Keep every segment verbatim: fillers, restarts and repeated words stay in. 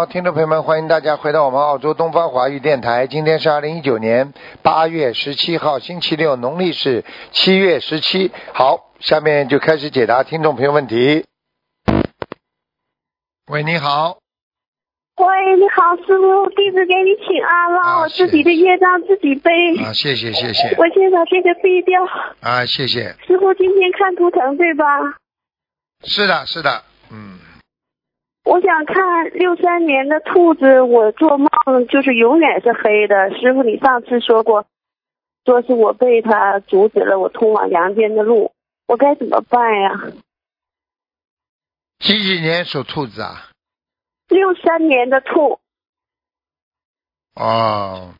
听众朋友们，欢迎大家回到我们澳洲东方华语电台。今天是二零一九年八月十七号，星期六，农历是七月十七。好，下面就开始解答听众朋友问题。喂，你好。 喂，你好，师傅，弟子给你请安了， 啊我自己的业障自己背。 啊，谢谢谢谢。 我先把这个背掉。 啊，谢谢。 师傅今天看图腾对吧？ 是的，是的，嗯。 我想看六三年的兔子，我做梦就是永远是黑的。师傅，你上次说过，说是我被他阻止了我通往阳间的路，我该怎么办呀？ 几几年属兔子啊？ 六三年的兔。 哦，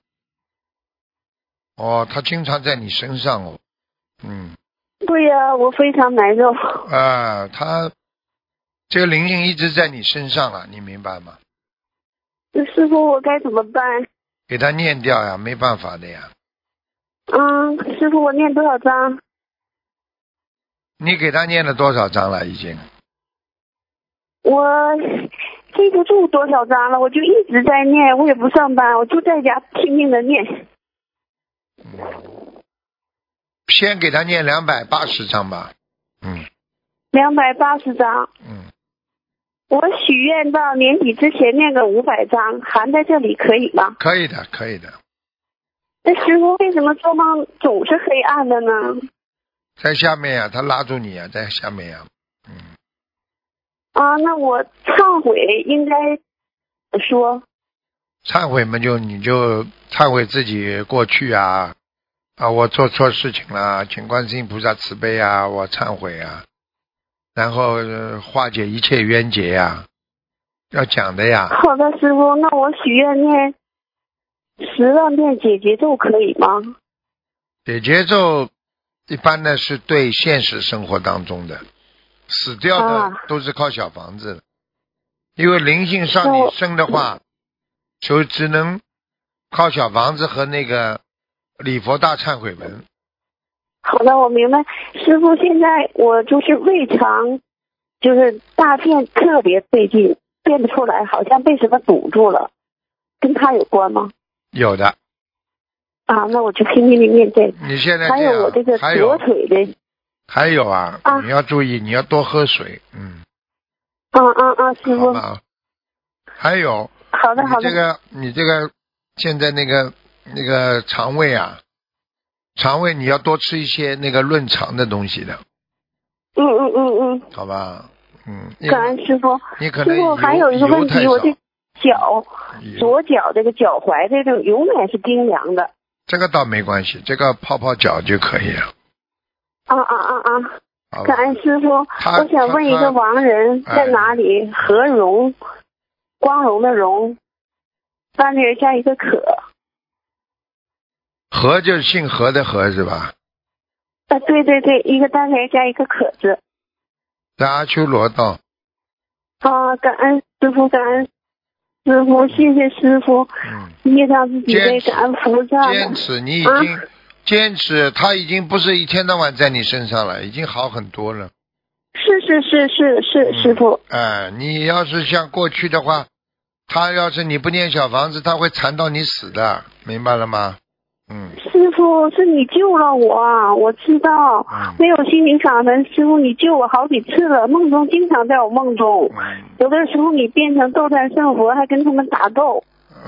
哦，他经常在你身上哦，嗯。 对呀、啊，我非常难受。 啊，他这个灵性一直在你身上了，你明白吗？ 师傅，我该怎么办？ 给他念掉呀，没办法的呀。 嗯，师傅，我念多少章？ 你给他念了多少章了？已经？ 我记不住多少章了，我就一直在念，我也不上班，我就在家拼命的念。 嗯，先给他念两百八十章吧。嗯。 两百八十章。 嗯。 我许愿到年底之前念个五百章，含在这里可以吗？ 可以的，可以的。 那师傅为什么做梦总是黑暗的呢？ 在下面呀、啊，他拉住你呀、啊，在下面呀、啊。嗯。 啊，那我忏悔应该说？ 忏悔嘛，就你就忏悔自己过去啊啊，我做错事情了，请观世音菩萨慈悲啊，我忏悔啊，然后、呃、化解一切冤结呀、啊，要讲的呀。 好的，师傅，那我许愿念十万遍解结咒可以吗？ 解结咒一般呢是对现实生活当中的死掉的都是靠小房子的，啊、因为灵性上你身的话，就只能靠小房子和那个礼佛大忏悔文。 好的，我明白。师傅，现在我就是胃肠，就是大便特别费劲，便不出来，好像被什么堵住了，跟他有关吗？ 有的。 啊，那我就拼命的念这个。 你现在还有我这个左腿的。 还有啊， 啊你要注意，你要多喝水，嗯。 啊啊啊，师傅。 还有。 好的好的。 你这个你这个现在那个那个肠胃啊，肠胃你要多吃一些那个润肠的东西的。 嗯嗯嗯嗯。 好吧，嗯。 感恩师傅。 你可能师傅还有一个问题，我这脚左脚这个脚踝这个永远是冰凉的。 这个倒没关系，这个泡泡脚就可以了。 啊啊啊啊！感恩师傅，我想问一个亡人在哪里？哎、何荣，光荣的荣，单立人加一个可。 何就是姓何的何是吧？ 啊，对对对，一个单立人加一个可字。 在阿修罗道。 啊，感恩师傅，感恩师傅，谢谢师傅。 嗯。 业障自己背，感恩菩萨。 坚持，你已经。啊坚持，他已经不是一天到晚在你身上了，已经好很多了。 是是是是是、嗯、师傅。 哎、呃，你要是像过去的话，他要是你不念小房子，他会缠到你死的，明白了吗？嗯。 师傅，是你救了我，我知道。嗯、没有心灵法门，师傅你救我好几次了，梦中经常在我梦中，嗯、有的时候你变成斗战胜佛，还跟他们打斗。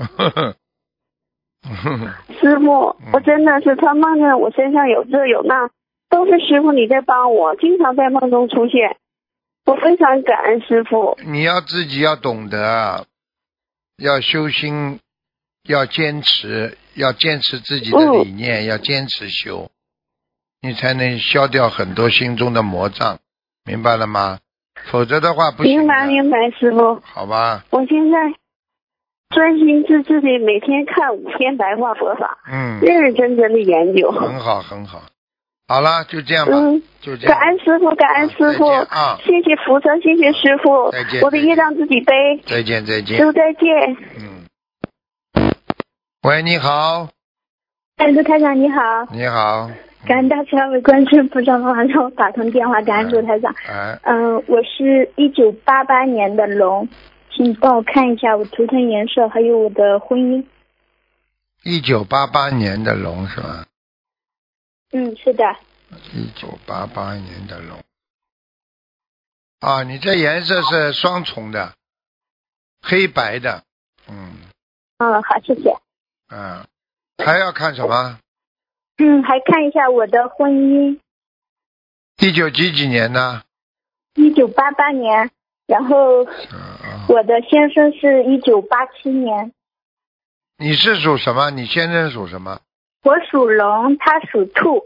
师傅，我真的是他梦见我身上有这有那，都是师傅你在帮我，经常在梦中出现，我非常感恩师傅。 你要自己要懂得，要修心，要坚持，要坚持自己的理念，嗯、要坚持修，你才能消掉很多心中的魔障，明白了吗？否则的话不行。 明白明白，师傅。 好吧。 我现在专心致志的每天看五篇白话佛法，嗯，认认真真的研究。 很好很好，好了，就这样吧， 嗯， 就这样。 感恩师傅，感恩师傅啊！ 谢谢菩萨，谢谢师傅。 再见。 我的业障自己背。 再见再见。 师傅再见。 嗯。喂，你好。 哎，卢台长你好。 你好。 感恩大慈大悲观世音菩萨妈妈让我打通电话，感恩卢台长。 哎。 嗯、呃，我是一九八八年的龙。请请帮我看一下我图腾颜色，还有我的婚姻。 一九八八年的龙是吧？ 嗯，是的。 一九八八年的龙。啊，你这颜色是双重的，黑白的。嗯。 嗯，好，谢谢。 嗯，还要看什么？ 嗯，还看一下我的婚姻。 一九几几年呢？ 一九八八年，然后我的先生是一九八七年。 你是属什么？你先生属什么？ 我属龙，他属兔。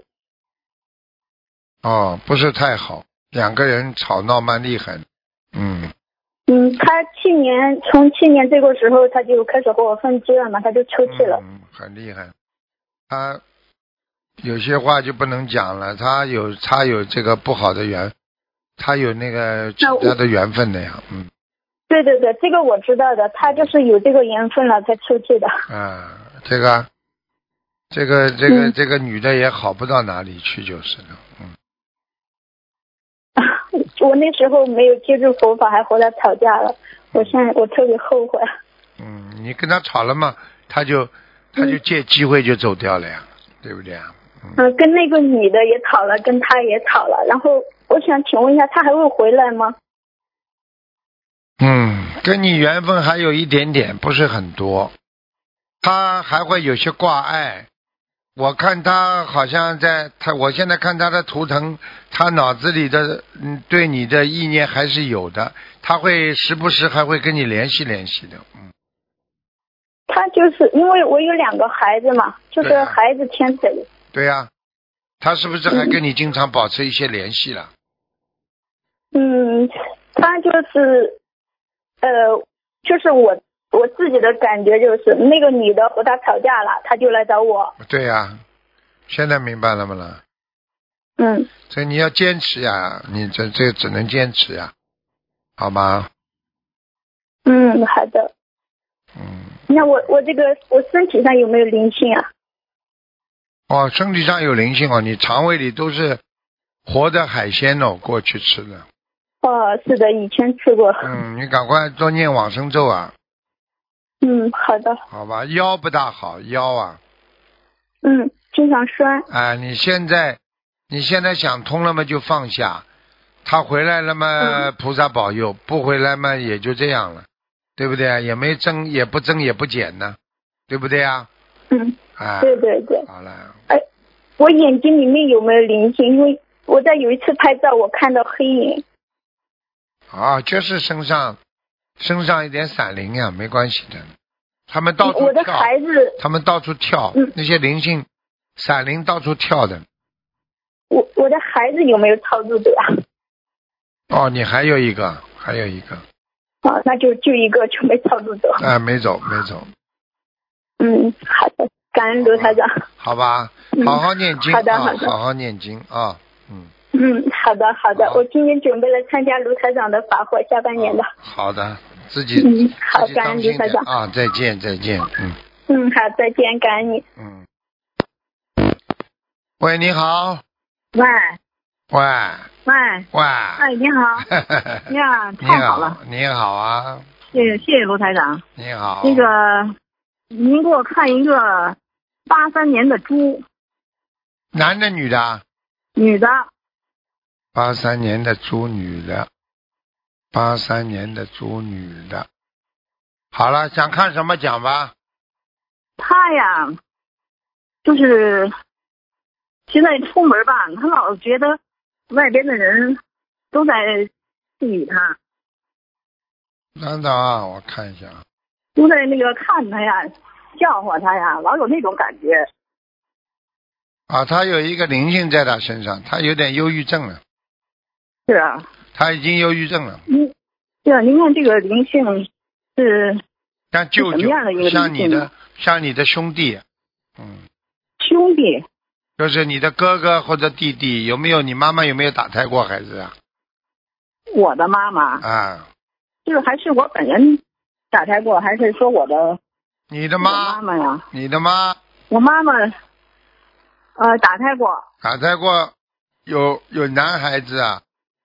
哦，不是太好，两个人吵闹蛮厉害的。嗯。 嗯，他去年从去年这个时候他就开始和我分居了嘛，他就出去了。 嗯，很厉害。他有些话就不能讲了，他有他有这个不好的缘，他有那个其他的缘分的呀。嗯。 对对对，这个我知道的，他就是有这个缘分了才出去的。 啊，这个，这个，这个， 嗯、 这个女的也好不到哪里去，就是了。嗯。 我那时候没有接触佛法，还和他吵架了，我现在我特别后悔。 嗯，你跟他吵了嘛，他就他就借机会就走掉了呀，嗯、对不对啊？ 嗯、呃，跟那个女的也吵了，跟他也吵了，然后我想请问一下，他还会回来吗？ 嗯，跟你缘分还有一点点，不是很多，他还会有些挂碍。我看他好像在他，我现在看他的图腾，他脑子里的嗯对你的意念还是有的，他会时不时还会跟你联系联系的。嗯。 他就是因为我有两个孩子嘛，就是孩子牵扯的。 对呀、啊，他是不是还跟你经常保持一些联系了？ 嗯，他就是呃，就是我。我自己的感觉就是那个女的和他吵架了，他就来找我。 对呀、啊，现在明白了吗啦？ 嗯。 所以你要坚持呀，你这这只能坚持呀，好吗？ 嗯，好的。 嗯。 那我我这个我身体上有没有灵性啊？ 哦，身体上有灵性哦，你肠胃里都是活的海鲜哦，过去吃的。 哦，是的，以前吃过。 嗯，你赶快多念往生咒啊。 嗯，好的。 好吧，腰不大好，腰啊。 嗯，经常酸。 啊，你现在你现在想通了嘛，就放下。他回来了嘛，嗯、菩萨保佑；不回来嘛，也就这样了，对不对？也没增，也不增，也不减呢，对不对啊？ 嗯。 啊。 对对对。 好了。 哎，我眼睛里面有没有灵性？因为我在有一次拍照，我看到黑影。 啊，就是身上。身上一点闪灵呀，没关系的。他们到处跳， 我的孩子， 他们到处跳， 嗯、 那些灵性闪灵到处跳的。 我我的孩子有没有超度者啊？ 哦，你还有一个，还有一个。 哦，那就就一个就没超度者。 啊，没走，没走。 嗯，好的，感恩卢台长。 好吧，好好念经、 嗯、好的， 好的， 好好念经啊，嗯。 嗯，好的好的，我今年准备了参加卢台长的法会，下半年的。 好的，自己嗯好， 自己感恩卢台长啊，再见再见，嗯。 嗯，好，再见，感恩你。 嗯。喂，你好。 喂。 喂。 喂。 喂。 哎，你好。呀，太好了。 你好啊。 谢谢谢谢卢台长。 你好。 那个，您给我看一个八三年的猪。 男的女的？ 女的。 八三年的猪女的，八三年的猪女的。好了，想看什么讲吧。 他呀，就是现在出门吧，他老觉得外边的人都在觊觎他。 等等啊，我看一下。 都在那个看他呀，笑话他呀，老有那种感觉。 啊，他有一个灵性在他身上，他有点忧郁症了。 是啊。 他已经忧郁症了。 嗯，对啊，您看这个灵性是像舅舅， 什么样的一个灵性？ 像你的，像你的兄弟，嗯。 兄弟。 就是你的哥哥或者弟弟，有没有？你妈妈有没有打胎过孩子啊？ 我的妈妈。 啊。 就是还是我本人打胎过，还是说我的？ 你的妈。 妈妈呀。 你的妈。 我妈妈。呃，打胎过。 打胎过，有有男孩子啊。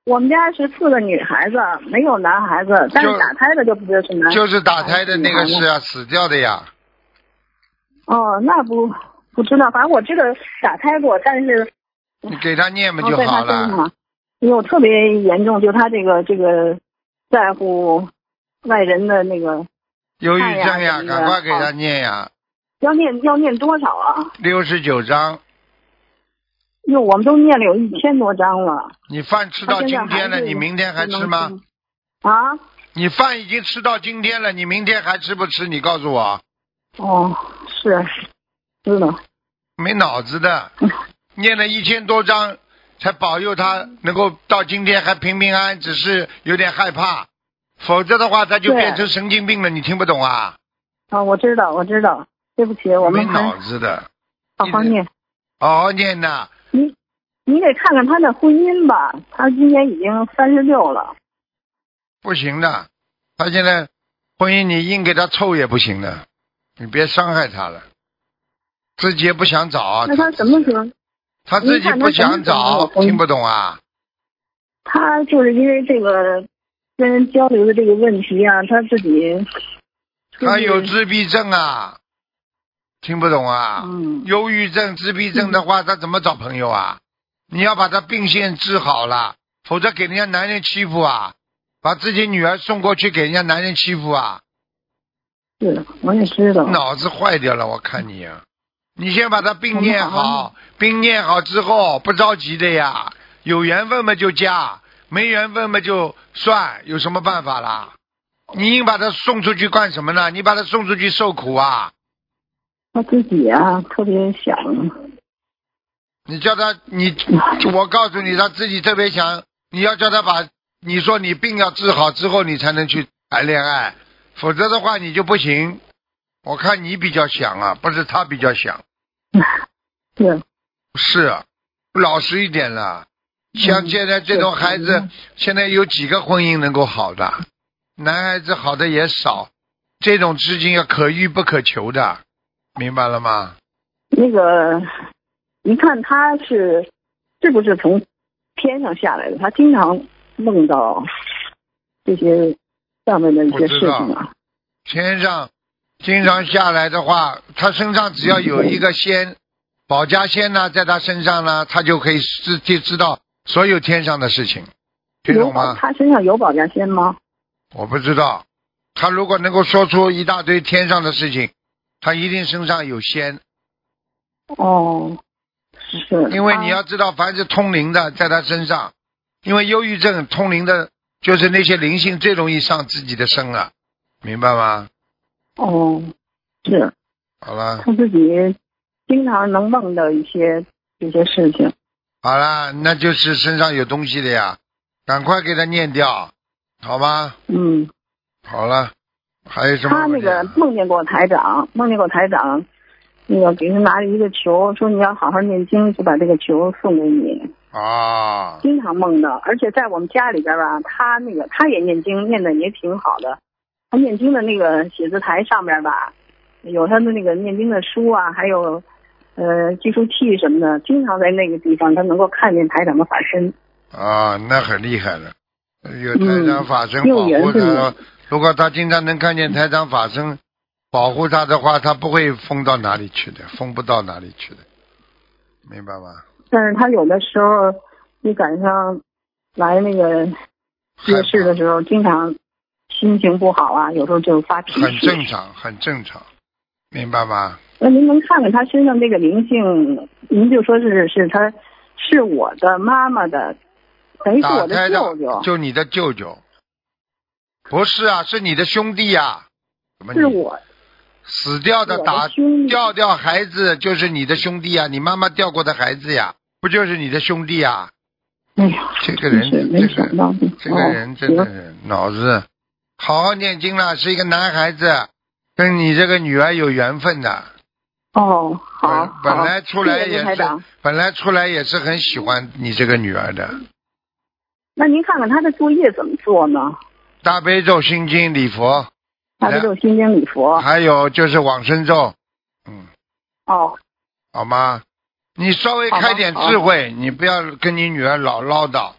我们家是四个女孩子，没有男孩子，但是打胎的就不知道是男。 就是打胎的那个是啊，死掉的呀。 哦，那不不知道，反正我知道打胎过，但是你给他念嘛就好了。 因为我特别严重，就他这个这个在乎外人的那个忧郁症呀，赶快给他念呀。 要念要念多少啊？ 六十九章。 哟，我们都念了有一千多章了。 你饭吃到今天了，你明天还吃吗？ 啊？ 你饭已经吃到今天了，你明天还吃不吃？你告诉我。 哦，是，知道。 没脑子的，念了一千多章，才保佑他能够到今天还平平安安，只是有点害怕，否则的话他就变成神经病了。你听不懂啊？ 啊，我知道，我知道。对不起，我们没脑子的。 好好念。 好好念呐。 你你得看看他的婚姻吧，他今年已经三十六了。 不行的，他现在婚姻你硬给他凑也不行的，你别伤害他了。自己也不想找。 那他什么时候？ 他自己不想找，听不懂啊？ 他就是因为这个跟人交流的这个问题啊，他自己。 他有自闭症啊。听不懂啊？ 嗯， 忧郁症、自闭症的话，他怎么找朋友啊？你要把他病线治好了，否则给人家男人欺负啊，把自己女儿送过去给人家男人欺负啊。 是，我也知道。 脑子坏掉了，我看你啊！你先把他病念好，病念好之后不着急的呀，有缘分嘛就加，没缘分嘛就算，有什么办法啦？你硬把他送出去干什么呢？你把他送出去受苦啊！ 他自己啊，特别想。 你叫他，你我告诉你，他自己特别想。你要叫他把，你说你病要治好之后，你才能去谈恋爱，否则的话你就不行。我看你比较想啊，不是他比较想。 是。 是，老实一点了。像现在这种孩子，嗯、现在有几个婚姻能够好的？男孩子好的也少，这种事情要可遇不可求的。明白了吗？ 那个，你看他是是不是从天上下来的？他经常梦到这些上面的一些事情啊。 天上经常下来的话，他身上只要有一个仙，保家仙呢，在他身上呢，他就可以知知道所有天上的事情，听懂吗？ 他身上有保家仙吗？ 我不知道。他如果能够说出一大堆天上的事情，他一定身上有仙。 哦，是。 因为你要知道，凡是通灵的，在他身上，因为忧郁症通灵的，就是那些灵性最容易上自己的身了，明白吗？ 哦，是。 好了。 他自己经常能梦到一些这些事情。 好了，那就是身上有东西的呀，赶快给他念掉，好吗？ 嗯。 好了。还有什么？ 他那个梦见过台长，梦见过台长，那个给他拿了一个球，说你要好好念经，就把这个球送给你。 啊。 经常梦的，而且在我们家里边吧，他那个他也念经，念的也挺好的。他念经的那个写字台上面吧，有他的那个念经的书啊，还有呃计数器什么的，经常在那个地方他能够看见台长的法身。 啊，那很厉害了，有台长法身保护他。 嗯， 如果他经常能看见台长法身保护他的话，他不会疯到哪里去的，疯不到哪里去的，明白吗？ 但是他有的时候一赶上来那个夜市的时候，经常心情不好啊，有时候就发脾气。 很正常，很正常，明白吗？ 那您能看看他身上这个灵性？您就说是是他是我的妈妈的，等于是我的舅舅， 就你的舅舅。不是啊，是你的兄弟啊。 是我死掉的打掉掉孩子就是你的兄弟啊，你妈妈掉过的孩子呀，不就是你的兄弟啊？ 哎呀， 这个人， 没想到这个这个人真的是脑子，好好念经了，是一个男孩子，跟你这个女儿有缘分的。 哦，好， 本来出来也是， 谢谢本来出来也是很喜欢你这个女儿的。 那您看看他的作业怎么做呢？ 大悲咒、心经、礼佛。 大悲咒、心经、礼佛。 还有就是往生咒。嗯。 哦。 好吗？你稍微开点智慧，你不要跟你女儿老唠叨，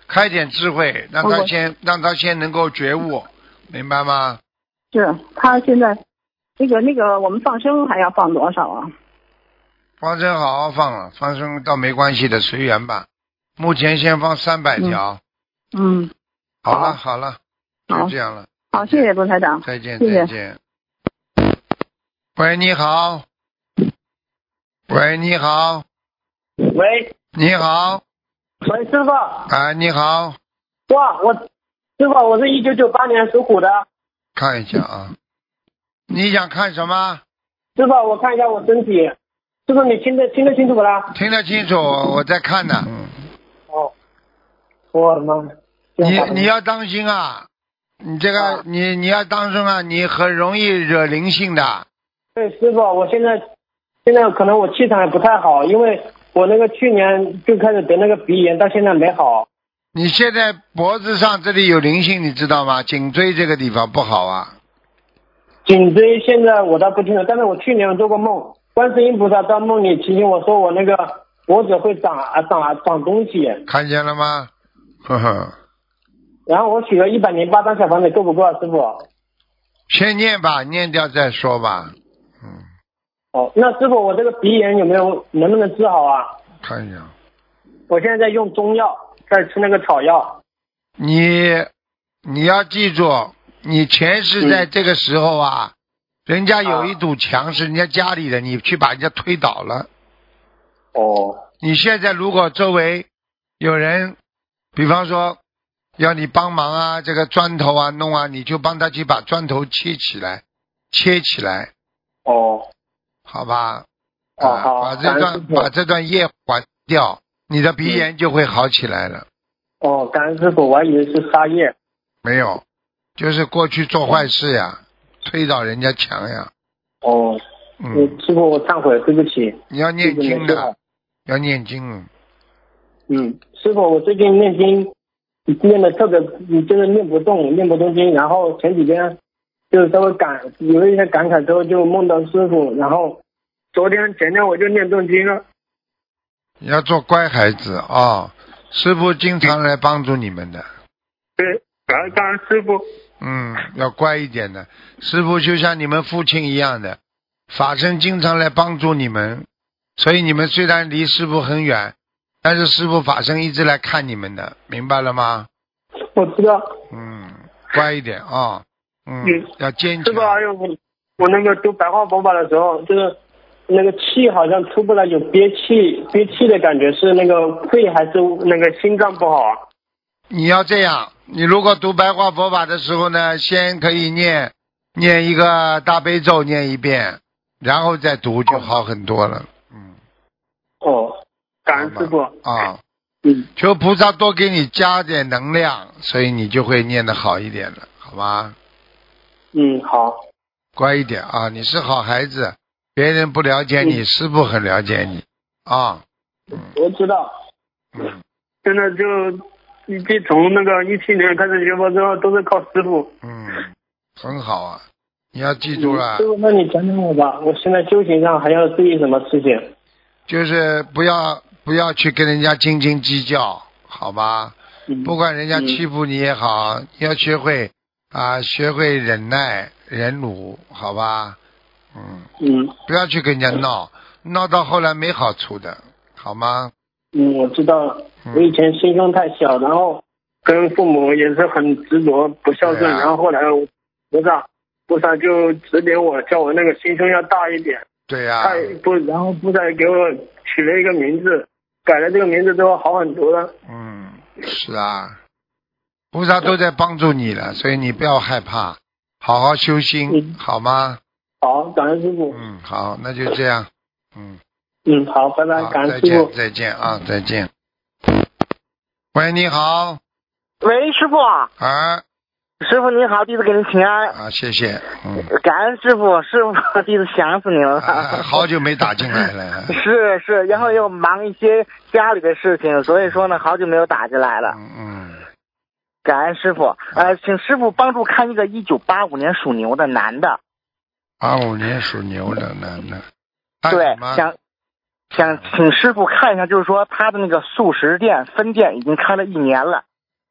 开点智慧，让他先让他先能够觉悟，明白吗？ 是他现在那个那个我们放生还要放多少啊？ 放生好好放了，放生倒没关系的，随缘吧。目前先放三百条。 嗯。嗯好了好了，就这样了。 好，谢谢卢台长。 再见谢谢再见。喂，你好。喂，你好。 喂， 你好。 喂，师傅。 啊，你好。 哇，我师傅，我是一九九八年属虎的。 看一下啊。你想看什么？ 师傅，我看一下我身体。师傅，你听得听得清楚不啦？ 听得清楚，我在看呢。 嗯。哦。我的妈！ 你你要当心啊！你这个、啊、你你要当心啊！你很容易惹灵性的。 对，师傅，我现在现在可能我气场也不太好，因为我那个去年就开始得那个鼻炎，到现在没好。 你现在脖子上这里有灵性，你知道吗？颈椎这个地方不好啊。 颈椎现在我倒不清楚，但是我去年做过梦，观世音菩萨在梦里提醒我说我那个脖子会长啊长啊长东西。 看见了吗？呵呵。 然后我许了一百零八张小房子，够不够啊，师傅？ 先念吧，念掉再说吧。嗯。 哦，那师傅，我这个鼻炎有没有能不能治好啊？ 看一下。 我现在在用中药，在吃那个草药。 你你要记住，你前世在这个时候啊，嗯、人家有一堵墙是人家家里的，你去把人家推倒了。 哦。 你现在如果周围有人，比方说。要你帮忙啊，这个砖头啊弄啊，你就帮他去把砖头切起来，切起来。 哦， 好吧。 好、啊、好， 把这段把这段业还掉，你的鼻炎就会好起来了。 哦，感恩师傅，我还以为是杀业。 没有，就是过去做坏事呀，推倒人家墙呀。 哦， 嗯， 师傅，我忏悔，对不起。 你要念经的，要念经。 嗯，师傅，我最近念经。念的特别，就是念不动，念不动经。然后前几天就是稍微感有一些感慨之后，就梦到师傅。然后昨天前天我就念动经了。 你要做乖孩子啊、哦！师傅经常来帮助你们的。 对，感恩感恩师傅。 嗯，要乖一点的。师傅就像你们父亲一样的，法身经常来帮助你们，所以你们虽然离师傅很远。但是师父法身一直来看你们的，明白了吗？ 我知道。 嗯，乖一点啊、哦。嗯，嗯要坚强。 师父，还有我，我那个读白话佛法的时候，就是那个气好像出不来，有憋气憋气的感觉，是那个肺还是那个心脏不好啊？ 你要这样，你如果读白话佛法的时候呢，先可以念念一个大悲咒，念一遍，然后再读就好很多了。嗯。 哦。感恩师傅啊， 嗯， 求菩萨多给你加点能量，所以你就会念得好一点了，好吗？ 嗯，好， 乖一点啊！你是好孩子，别人不了解你，嗯、师父很了解你啊。 嗯，我知道。 嗯， 现在就一自从那个一七年开始学佛之后，都是靠师傅。 嗯，很好啊，你要记住了。 嗯、师傅，那你讲讲我吧，我现在修行上还要注意什么事情？ 就是不要不要去跟人家斤斤计较，好吧？ 嗯、 不管人家欺负你也好，嗯、你要学会啊，学会忍耐、忍辱，好吧？嗯嗯， 不要去跟人家闹，闹到后来没好处的，好吗？ 嗯，我知道，我以前心胸太小，然后跟父母也是很执着，不孝顺，啊、然后后来菩萨菩萨就指点我，叫我那个心胸要大一点。 对呀、 啊，不，然后菩萨给我取了一个名字，改了这个名字之后好很多了。 嗯，是啊，菩萨都在帮助你了，所以你不要害怕，好好修心，嗯、好吗？ 好，感恩师傅。 嗯，好，那就这样。嗯。 嗯，好，拜拜，感恩师傅。 再见，再见啊，再见。喂，你好。 喂，师傅。 啊。 师傅你好，弟子给您请安。 啊，谢谢。嗯。 感恩师傅，师傅弟子想死您了。 啊、好久没打进来了。 是是，然后又忙一些家里的事情，所以说呢，好久没有打进来了。 嗯嗯。 感恩师傅，呃，请师傅帮助看一个一九八五年属牛的男的。 八五年属牛的男的。 对，想想请师傅看一下，就是说他的那个素食店分店已经开了一年了。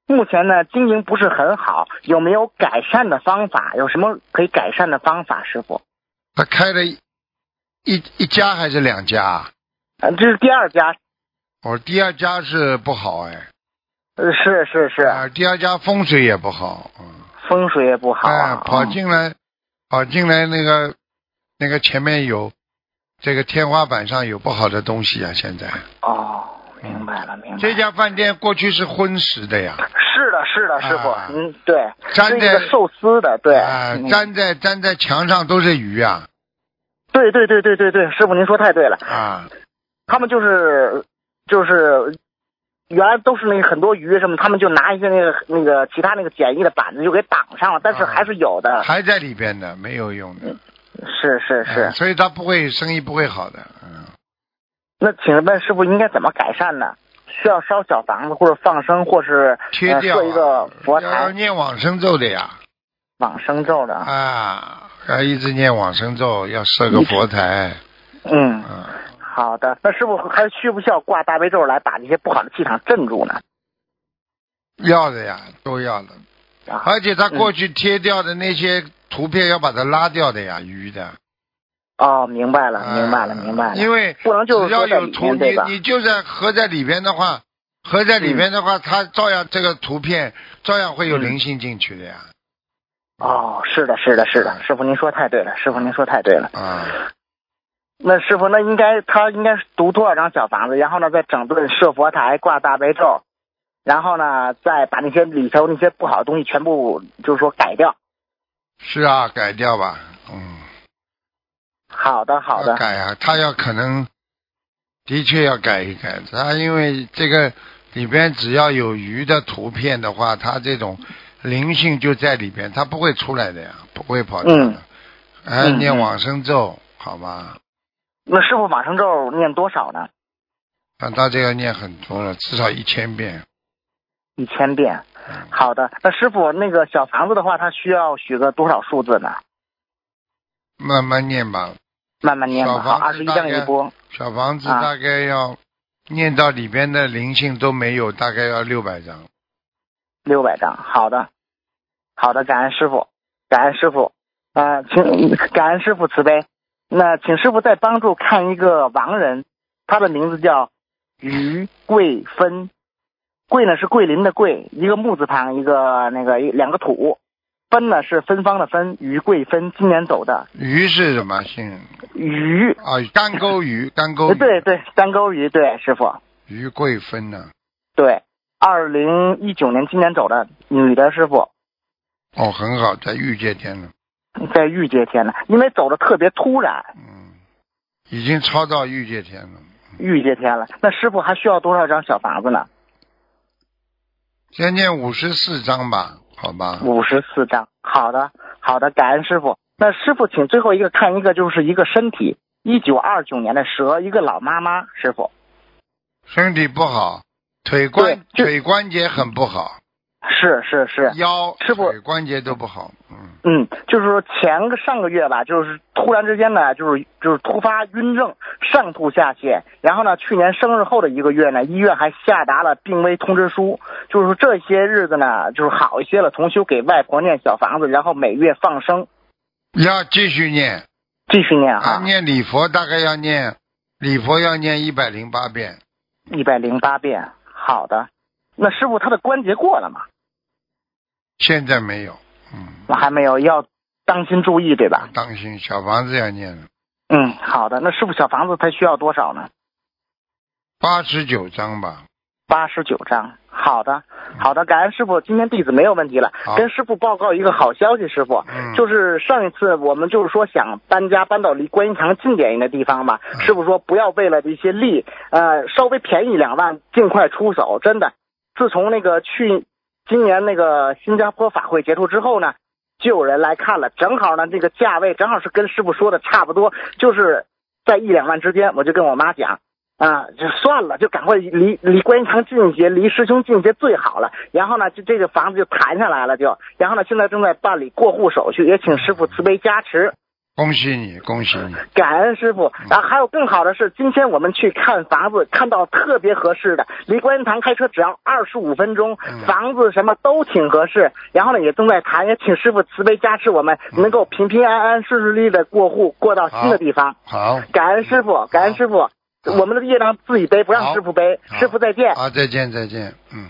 目前呢经营不是很好，有没有改善的方法？有什么可以改善的方法，师傅？ 他开了一一一家还是两家？ 呃，这是第二家。 我第二家是不好哎。 呃，是是是。 啊，第二家风水也不好。嗯。 风水也不好啊。 哎，跑进来，嗯、跑进来那个那个前面有这个天花板上有不好的东西啊，现在。 哦。明白了，明白了。 这家饭店过去是荤食的呀。 是的，是的，师傅，啊、嗯，对， 粘在是一个寿司的，对， 啊，粘在粘在墙上都是鱼啊。 对对对对对对，师傅您说太对了啊。 他们就是就是原来都是那个很多鱼什么，他们就拿一些那个那个其他那个简易的板子就给挡上了，但是还是有的， 啊、还在里边的，没有用的。 嗯、是是是、 啊，所以他不会生意不会好的，嗯。 那请问师傅应该怎么改善呢？需要烧小房子，或者放生，或是贴掉、啊呃、设一个佛台？ 要念往生咒的呀。 往生咒的啊，要一直念往生咒，要设个佛台。 嗯，嗯好的。那师傅还需不需要挂大悲咒来把这些不好的气场镇住呢？ 要的呀，都要的。 啊、 而且他过去贴掉的那些图片要把它拉掉的呀，鱼的。 哦，明白了，明白了， 啊、 明白了。 因为不能就是只要有图， 你你就在合在里边的话，合在里边的话，嗯、它照样这个图片照样会有灵性进去的呀。 嗯、哦，是的，是的，是的，师傅您说太对了，师傅您说太对了。 啊。 那师傅，那应该他应该是读多少张小房子，然后呢再整顿设佛台、挂大悲咒，然后呢再把那些里头那些不好的东西全部就是说改掉。 是啊，改掉吧，嗯。 好的，好的。 改啊，他要可能的确要改一改。他因为这个里边只要有鱼的图片的话，他这种灵性就在里边，他不会出来的呀，不会跑掉的。 嗯。 哎，念往生咒，嗯、好吧？ 那师傅往生咒念多少呢？ 那他这个念很多了，至少一千遍。 一千遍。 嗯、 好的，那师傅那个小房子的话，他需要许个多少数字呢？ 慢慢念吧。 慢慢念吧，好，二十一张一波。 小房子大概要、啊、念到里边的灵性都没有，大概要六百张。 六百张，好的，好的，感恩师傅，感恩师傅，呃，请感恩师傅慈悲。那请师傅再帮助看一个亡人，他的名字叫于桂芬，桂呢是桂林的桂，一个木字旁，一个那个两个土。分呢是芬芳的芬，于桂芬今年走的。 鱼是什么姓？ 鱼啊，干钩鱼，干钩鱼。 对对，干钩鱼，对师傅。 于桂芬呢？ 对，二零一九年今年走的女的师傅。 哦，很好，在御界天了。 在御界天了，因为走的特别突然。 嗯，已经超到御界天了。 御界天了，那师傅还需要多少张小房子呢？ 先念五十四张吧。好吧， 五十四张，好的，好的，感恩师傅。那师傅，请最后一个看一个，就是一个身体，一九二九年的蛇，一个老妈妈，师傅。 身体不好，腿关腿关节很不好。 是是是， 腰、 师傅腿关节都不好。嗯嗯，就是说前个上个月吧，就是突然之间呢，就是就是突发晕症，上吐下泻。然后呢，去年生日后的一个月呢，医院还下达了病危通知书，就是说这些日子呢，就是好一些了。同修给外婆念小房子，然后每月放生。 要继续念， 继续念哈。 啊，念礼佛大概要念礼佛要念一百零八遍。 一百零八遍，好的。那师傅他的关节过了吗？ 现在没有，嗯， 我还没有，要当心注意，对吧？ 当心，小房子要念了。 嗯，好的。那师傅小房子他需要多少呢？ 八十九张吧。 八十九张，好的，好的，感恩师傅，今天弟子没有问题了。跟师傅报告一个好消息，师傅， 嗯、 就是上一次我们就是说想搬家搬到离观音堂近点的地方嘛， 嗯、 师傅说不要为了这些利，呃，稍微便宜两万，尽快出手，真的。自从那个去今年那个新加坡法会结束之后呢，就有人来看了，正好呢这个价位正好是跟师傅说的差不多，就是在一两万之间，我就跟我妈讲。啊，就算了，就赶快离离观音堂近一些，离师兄近一些最好了。然后呢，就这个房子就谈下来了就，然后呢，现在正在办理过户手续，也请师傅慈悲加持。 恭喜你，恭喜你！ 感恩师傅。然后还有更好的是，今天我们去看房子，看到特别合适的，离观音堂开车只要二十五分钟， 嗯、 房子什么都挺合适。然后呢，也正在谈，也请师傅慈悲加持我们，能够平平安安、顺顺利利的过户，过到新的地方。 好， 感恩师傅，感恩师傅。我们的业障自己背，不让师傅背。师傅再见。 好，再见，再见。嗯。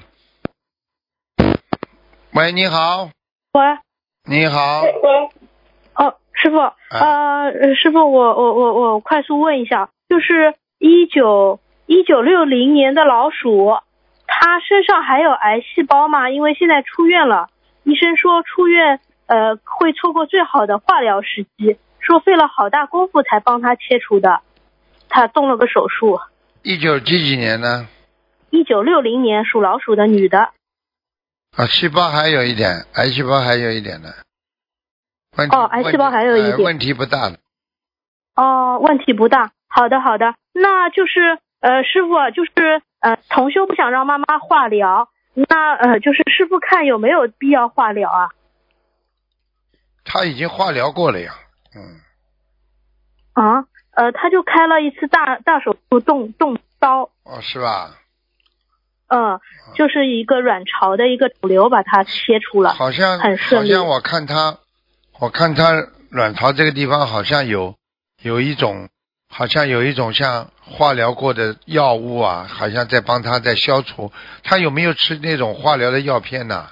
喂，你好。 喂。 你好。 哦，师傅，呃，师傅，我我我我快速问一下，就是一九一九六零年的老鼠，他身上还有癌细胞吗？因为现在出院了，医生说出院呃会错过最好的化疗时机，说费了好大功夫才帮他切除的，他动了个手术。 一九几几年呢？ 一九六零年属老鼠的女的。 啊，细胞还有一点，癌细胞还有一点的。 哦，癌细胞还有一点、 呃，问题不大的。 哦，问题不大。好的，好的。那就是呃，师傅，就是呃，同修不想让妈妈化疗，那呃，就是师傅看有没有必要化疗啊？ 他已经化疗过了呀，嗯。 啊，呃，他就开了一次大大手术，动动刀。 哦，是吧？ 嗯，就是一个卵巢的一个肿瘤，把它切除了， 好像很顺利。 好像我看他。我看他卵巢这个地方好像有有一种，好像有一种像化疗过的药物啊，好像在帮他在消除。他有没有吃那种化疗的药片呢？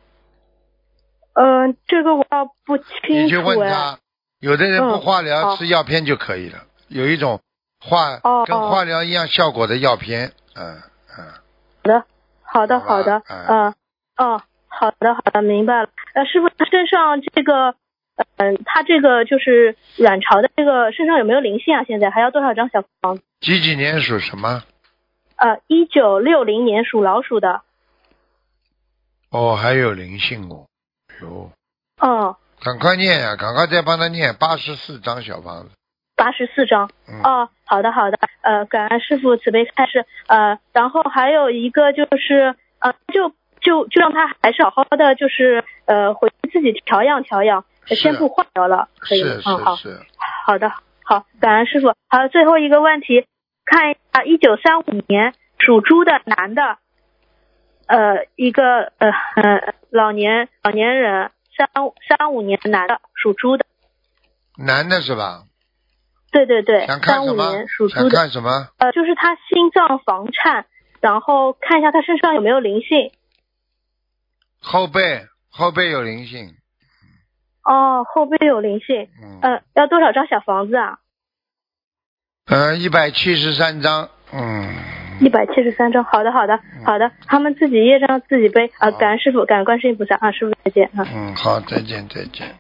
嗯、呃，这个我倒不清楚。 你去问他，有的人不化疗、 嗯、 吃药片就可以了，有一种化、 哦、 跟化疗一样效果的药片。嗯嗯。好的，好的，好的，嗯，哦，好的，好的，明白了。呃，师傅，他身上这个。嗯，他这个就是卵巢的这个身上有没有灵性啊？现在还要多少张小房子？ 几几年属什么？ 呃，一九六零年属老鼠的。 哦，还有灵性哦，哟。 哦。 赶快念呀、啊，赶快再帮他念八十四张小房子。 八十四张。 嗯、 哦，好的好的，呃，感恩师傅慈悲开示。呃，然后还有一个就是呃，就就就让他还是好好的，就是呃，回去自己调养调养。先不化疗了，可以， 是嗯，好， 是好的，好，感恩师傅。好，最后一个问题，看一下一九三五年属猪的男的，呃，一个呃呃老年老年人，三三五年男的属猪的， 男的是吧？ 对对对， 想看什么？ 三五年属猪的， 想看什么？ 呃，就是他心脏房颤，然后看一下他身上有没有灵性。 后背后背有灵性。 哦，后背有灵性， 嗯， 呃，要多少张小房子啊？ 呃，一百七十三张，嗯， 一百七十三张，好的，好的，好的，他们自己业障自己背啊，感恩师傅，感恩观世音菩萨啊，师傅再见啊。 嗯，好，再见，再见。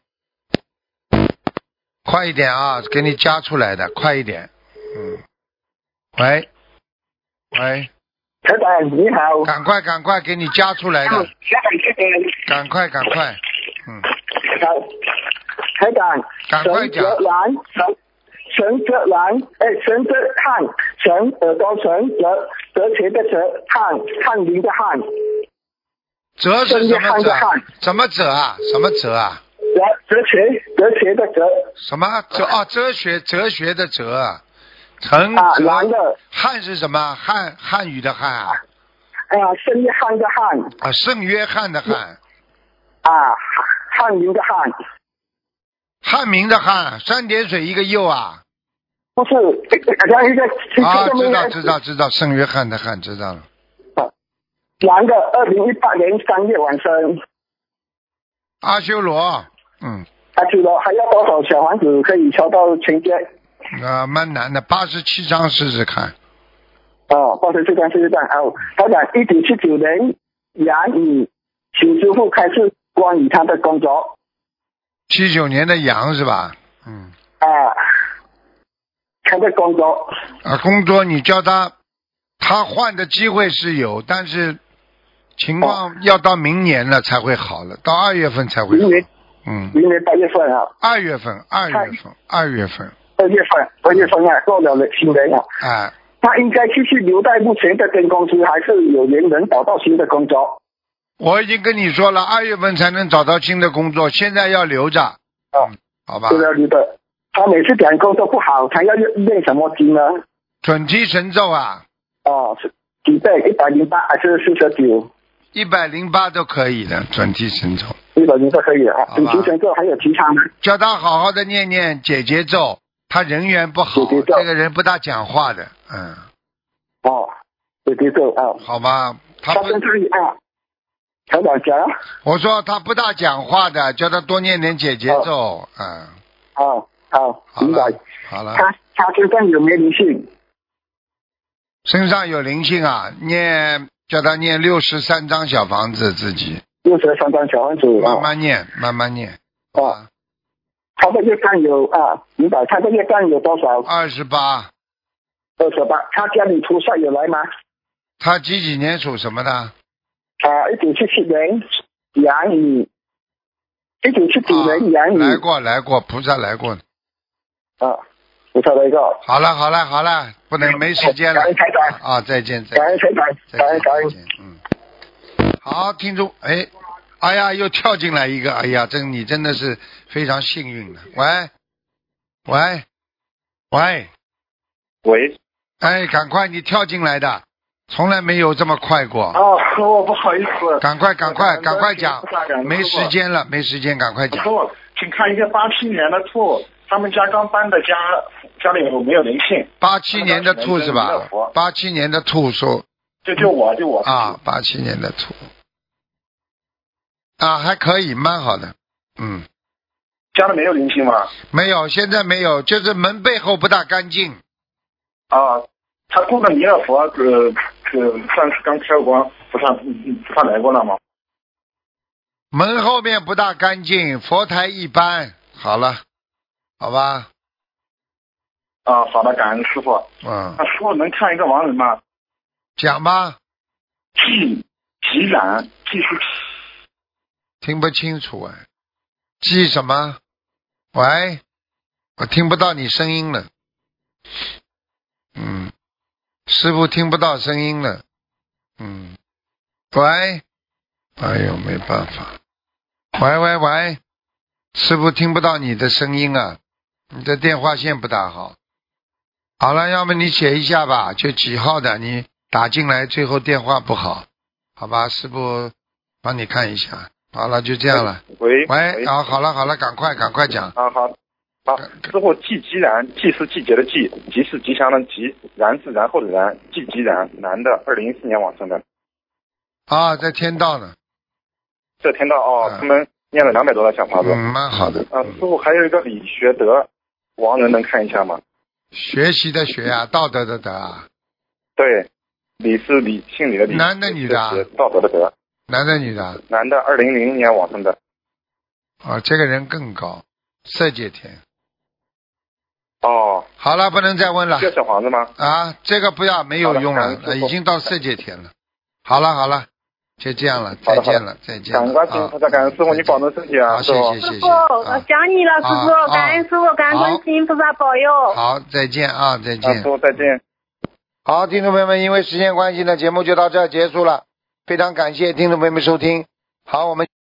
快一点啊，给你加出来的，快一点，嗯，喂，喂， 台长你好， 赶快赶快给你加出来的，赶快赶快，嗯。 台长， 赶快讲。 陈泽兰，陈陈泽兰，哎，陈泽汉，陈耳朵陈泽泽学的泽汉汉林的汉。 泽是什么泽？什么泽啊？什么泽啊？ 哲哲学哲学的哲。 什么哲啊？哲学哲学的哲。陈啊，男的。 汉是什么？汉汉语的汉啊。 哎呀，圣约翰的汉。 啊，圣约翰的汉。 啊。汉民的汉， 汉民的汉，三点水一个右啊。 不是，好像一个。 啊，知道知道知道，圣约翰的汉知道了。 男的，二零一八年三月晚生。 阿修罗，嗯。 阿修罗还要多少小房子可以敲到情节？ 啊，蛮难的，八十七张试试看。 哦，八十七张试试看。哦，他讲一九七九年杨宇请师傅开始。关于他的工作， 七九年的羊是吧？嗯。 啊，他的工作。 啊，工作你叫他，他换的机会是有，但是情况要到明年了才会好了，到二月份才会好。 明年。 嗯。 明年八月份啊。 二月份，二月份，二月份。 二月份，二月份啊，过了了新年啊。 哎。 他应该继续留在目前的跟公司，还是有缘人找到新的工作？ 我已经跟你说了，二月份才能找到新的工作，现在要留着。 哦， 好吧。 是要留着。 他每次点功都不好，他要练什么经呢？ 准提神咒啊。 哦，是几倍？一百零八还是四十九？ 一百零八都可以的，准提神咒。 一百零八可以啊。准提神咒还有其他吗？ 叫他好好的念念解结咒，他人缘不好，这个人不大讲话的，嗯。 哦，解结咒啊。 好吧，他不。 他身上啊。台长讲。 我说他不大讲话的，叫他多念点解结咒， 哦、 嗯。 哦，好，明白。 好了。 他他身上有没有灵性？ 身上有灵性啊，念叫他念六十三张小房子自己。 六十三张小房子。 慢慢念，慢慢念。 啊。他的业障有啊，明白？他的业障有多少？ 二十八。 二十八。他家里菩萨有来吗？ 他几几年属什么的？ 啊，一九七七年羊女。一九七九年羊女。 来过来过，菩萨来过。 啊。菩萨来过。 好了好了好了，不能没时间了。 感恩台长。 啊，再见再见。 感恩台长，感恩感恩。 嗯。好，听众，哎，哎呀，又跳进来一个，哎呀，真你真的是非常幸运的。喂，喂，喂， 喂， 哎，赶快你跳进来的，从来没有这么快过。 哦，我不好意思。 赶快赶快赶快讲，没时间了，没时间，赶快讲。 师傅，请看一个八七年的兔，他们家刚搬的家，家里有没有灵性？ 八七年的兔是吧？八七年的兔说。 就就我就我。 啊，八七年的兔。啊，还可以，蛮好的，嗯。 家里没有灵性吗？ 没有，现在没有，就是门背后不大干净。 啊，他供的弥勒佛，呃呃，算是刚开光，不算不算来过了吗？ 门后面不大干净，佛台一般。好了，好吧。 啊，好的，感恩师傅。 嗯。 那师傅能看一个亡人吗？ 讲吧。 季吉然，季是。 听不清楚哎，季什么？喂，我听不到你声音了。嗯，师父听不到声音了。嗯，喂，哎呦，没办法。喂喂喂，师父听不到你的声音啊，你的电话线不大好。好了，要么你写一下吧，就几号的，你打进来，最后电话不好，好吧？师父帮你看一下。好了，就这样了。 喂喂，啊，好了好了，赶快赶快讲。 啊好，好，师傅季吉然，季是季节的季，吉是吉祥的吉，然是然后的然，季吉然，男的，二零一四年往生的。 啊，在天道呢。 在天道哦，嗯、他们念了两百多的小房子。 嗯，蛮好的。 啊，师傅还有一个李学德，亡人能看一下吗？ 学习的学啊，道德的德啊。 对，李是李，姓李的李。 男的女的啊？ 道德的德。 男的女的？ 男的，二零零零年往生的。 哦，这个人更高，色界天。 哦， 好了，不能再问了。 这小房子吗？ 啊，这个不要，没有用了，已经到色界天了。好了好了，就这样了，再见了，再见了。 感恩师傅，感恩师傅，你保重身体啊， 师傅。 师傅，我想你了，师傅，感恩师傅，感恩观世音菩萨保佑。 好，再见啊，再见。 师傅再见。 好，听众朋友们，因为时间关系呢，节目就到这儿结束了。非常感谢听众朋友们收听，好，我们。